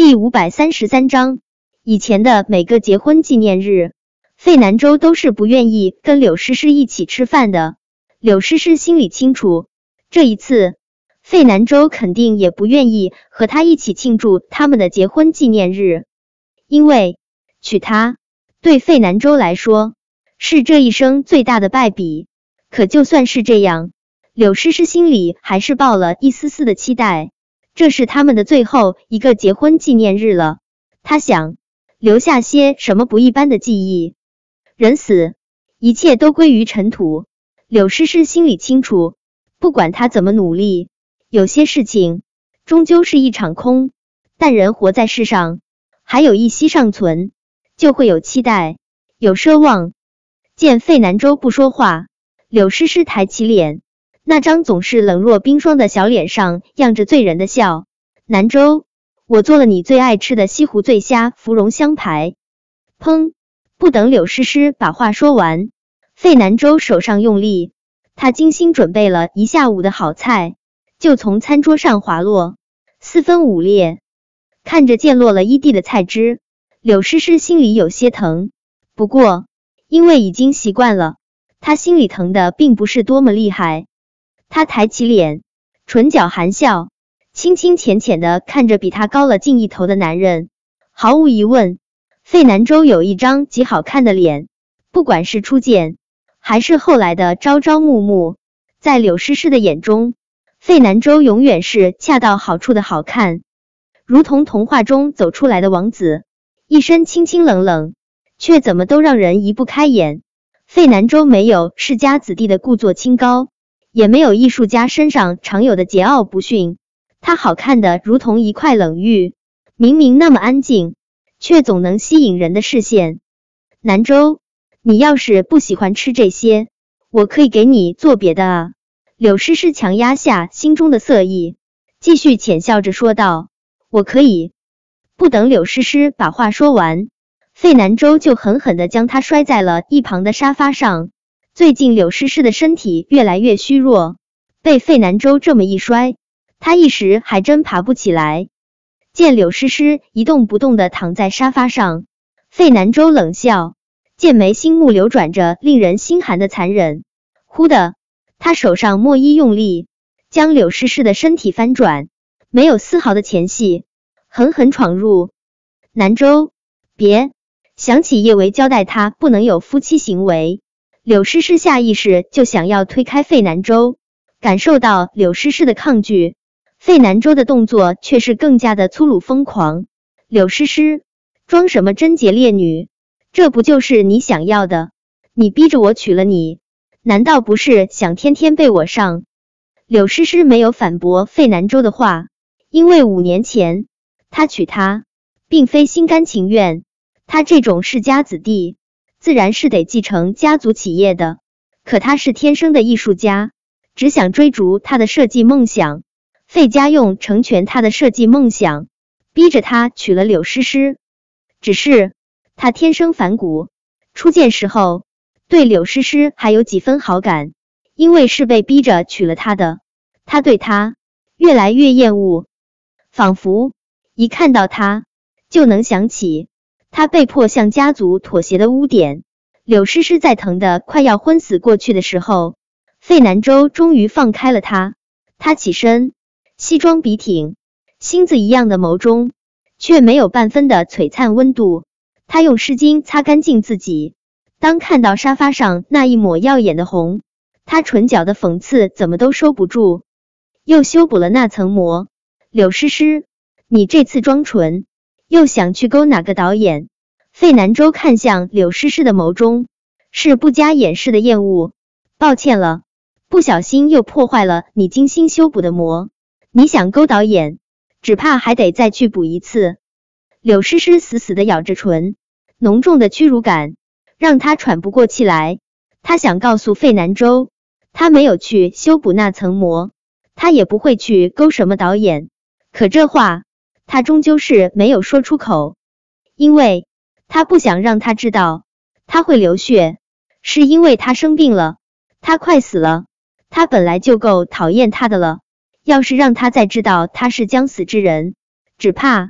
第533章，以前的每个结婚纪念日，费南舟都是不愿意跟柳诗诗一起吃饭的。柳诗诗心里清楚，这一次费南舟肯定也不愿意和他一起庆祝他们的结婚纪念日，因为娶她对费南舟来说是这一生最大的败笔。可就算是这样，柳诗诗心里还是抱了一丝丝的期待。这是他们的最后一个结婚纪念日了，她想留下些什么不一般的记忆。人死，一切都归于尘土。柳诗诗心里清楚，不管她怎么努力，有些事情终究是一场空。但人活在世上，还有一息尚存，就会有期待，有奢望。见费南舟不说话，柳诗诗抬起脸，那张总是冷若冰霜的小脸上漾着醉人的笑。南舟，我做了你最爱吃的西湖醉虾芙蓉香排。砰！不等柳诗诗把话说完，费南舟手上用力，他精心准备了一下午的好菜，就从餐桌上滑落，四分五裂。看着溅落了一地的菜汁，柳诗诗心里有些疼，不过因为已经习惯了，她心里疼的并不是多么厉害。她抬起脸，唇角含笑，轻轻浅浅的看着比她高了近一头的男人。毫无疑问，费南舟有一张极好看的脸，不管是初见还是后来的朝朝暮暮，在柳诗诗的眼中，费南舟永远是恰到好处的好看，如同童话中走出来的王子，一身清清冷冷，却怎么都让人移不开眼。费南舟没有世家子弟的故作清高，也没有艺术家身上常有的桀骜不驯，她好看的如同一块冷玉，明明那么安静，却总能吸引人的视线。南舟，你要是不喜欢吃这些，我可以给你做别的啊。柳诗诗强压下心中的色意，继续浅笑着说道，我可以。不等柳诗诗把话说完，费南舟就狠狠地将她摔在了一旁的沙发上。最近柳诗诗的身体越来越虚弱，被费南舟这么一摔，她一时还真爬不起来。见柳诗诗一动不动地躺在沙发上，费南舟冷笑，剑眉星目流转着令人心寒的残忍。忽的，他手上墨衣用力，将柳诗诗的身体翻转，没有丝毫的前戏，狠狠闯入。南舟，别！想起叶维交代他不能有夫妻行为，柳诗诗下意识就想要推开费南舟。感受到柳诗诗的抗拒，费南舟的动作却是更加的粗鲁疯狂。柳诗诗，装什么贞洁烈女？这不就是你想要的？你逼着我娶了你，难道不是想天天被我上？柳诗诗没有反驳费南舟的话，因为5年前他娶她并非心甘情愿，他这种世家子弟自然是得继承家族企业的，可他是天生的艺术家，只想追逐他的设计梦想。费家用成全他的设计梦想，逼着他娶了柳诗诗。只是他天生反骨，初见时候对柳诗诗还有几分好感，因为是被逼着娶了她的，他对她越来越厌恶，仿佛一看到她就能想起他被迫向家族妥协的污点。柳诗诗在疼得快要昏死过去的时候，费南舟终于放开了她。他起身，西装笔挺，星子一样的眸中却没有半分的璀璨温度。他用湿巾擦干净自己，当看到沙发上那一抹耀眼的红，他唇角的讽刺怎么都收不住，又修补了那层膜。柳诗诗，你这次装纯又想去勾哪个导演？费南舟看向柳诗诗的眸中是不加掩饰的厌恶。抱歉了，不小心又破坏了你精心修补的膜，你想勾导演，只怕还得再去补一次。柳诗诗死死地咬着唇，浓重的屈辱感让她喘不过气来。她想告诉费南舟，她没有去修补那层膜，她也不会去勾什么导演，可这话她终究是没有说出口，因为她不想让他知道她会流血，是因为她生病了，她快死了。她本来就够讨厌他的了，要是让他再知道他是将死之人，只怕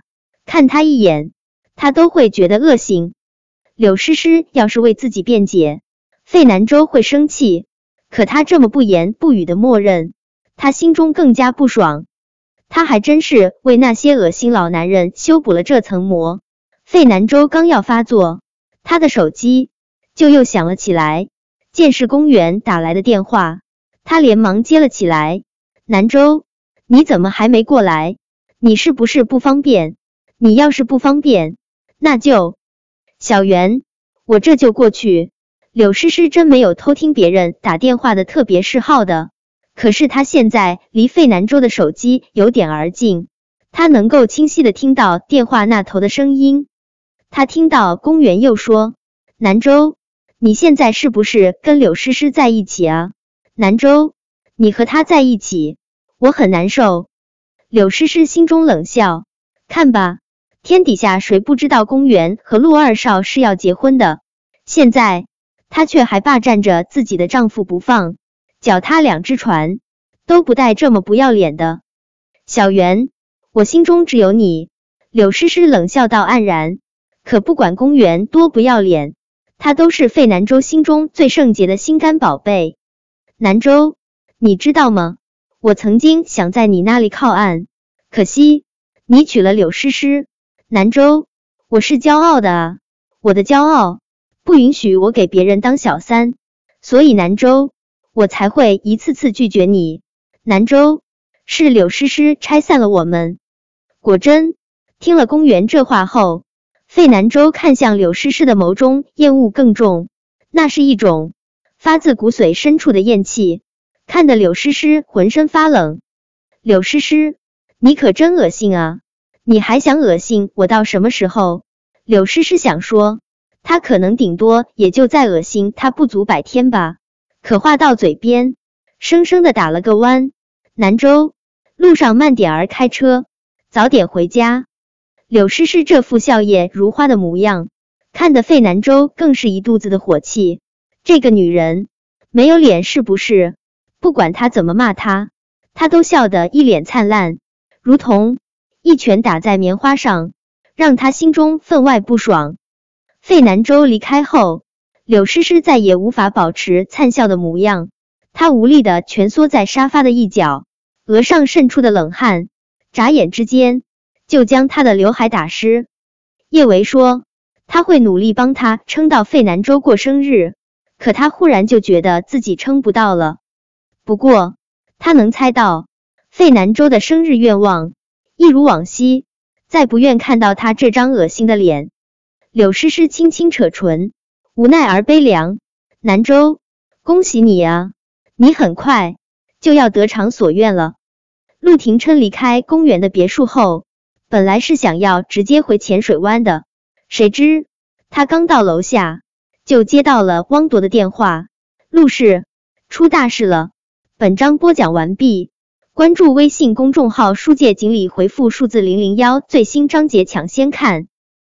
看他一眼，他都会觉得恶心。柳诗诗要是为自己辩解，费南州会生气，可他这么不言不语的默认，他心中更加不爽。他还真是为那些恶心老男人修补了这层膜。费南州刚要发作，他的手机就又响了起来，见是公园打来的电话，他连忙接了起来。南州，你怎么还没过来？你是不是不方便？你要是不方便，那就……小袁，我这就过去。柳诗诗真没有偷听别人打电话的特别嗜好的，可是她现在离费南州的手机有点儿近，她能够清晰的听到电话那头的声音。她听到公园又说：“南州，你现在是不是跟柳诗诗在一起啊？南州，你和她在一起，我很难受。”柳诗诗心中冷笑，看吧，天底下谁不知道公园和陆二少是要结婚的，现在她却还霸占着自己的丈夫不放，脚踏两只船，都不带这么不要脸的。小袁，我心中只有你。柳诗诗冷笑道黯然，可不管公园多不要脸，他都是费南州心中最圣洁的心肝宝贝。南州，你知道吗？我曾经想在你那里靠岸，可惜你娶了柳诗诗。南州，我是骄傲的啊，我的骄傲不允许我给别人当小三，所以南州，我才会一次次拒绝你。南州，是柳诗诗拆散了我们。果真，听了公园这话后，费南州看向柳诗诗的眸中厌恶更重，那是一种发自骨髓深处的厌弃，看得柳诗诗浑身发冷。柳诗诗，你可真恶心啊！你还想恶心我到什么时候？柳诗诗想说，他可能顶多也就再恶心他不足100天吧，可话到嘴边，生生的打了个弯。南州，路上慢点儿开车，早点回家。柳诗诗这副笑靥如花的模样，看得费南州更是一肚子的火气。这个女人没有脸是不是？不管他怎么骂她，她都笑得一脸灿烂，如同一拳打在棉花上，让他心中分外不爽。费南州离开后，柳诗诗再也无法保持灿笑的模样，她无力地蜷缩在沙发的一角，额上渗出的冷汗，眨眼之间就将她的刘海打湿。叶维说他会努力帮她撑到费南州过生日，可他忽然就觉得自己撑不到了。不过他能猜到费南州的生日愿望，一如往昔，再不愿看到他这张恶心的脸。柳诗诗轻轻扯唇，无奈而悲凉。南州，恭喜你啊，你很快就要得偿所愿了。陆廷琛离开公园的别墅后，本来是想要直接回浅水湾的，谁知他刚到楼下，就接到了汪铎的电话。陆氏，出大事了。本章播讲完毕。关注微信公众号书界锦鲤回复数字001，最新章节抢先看。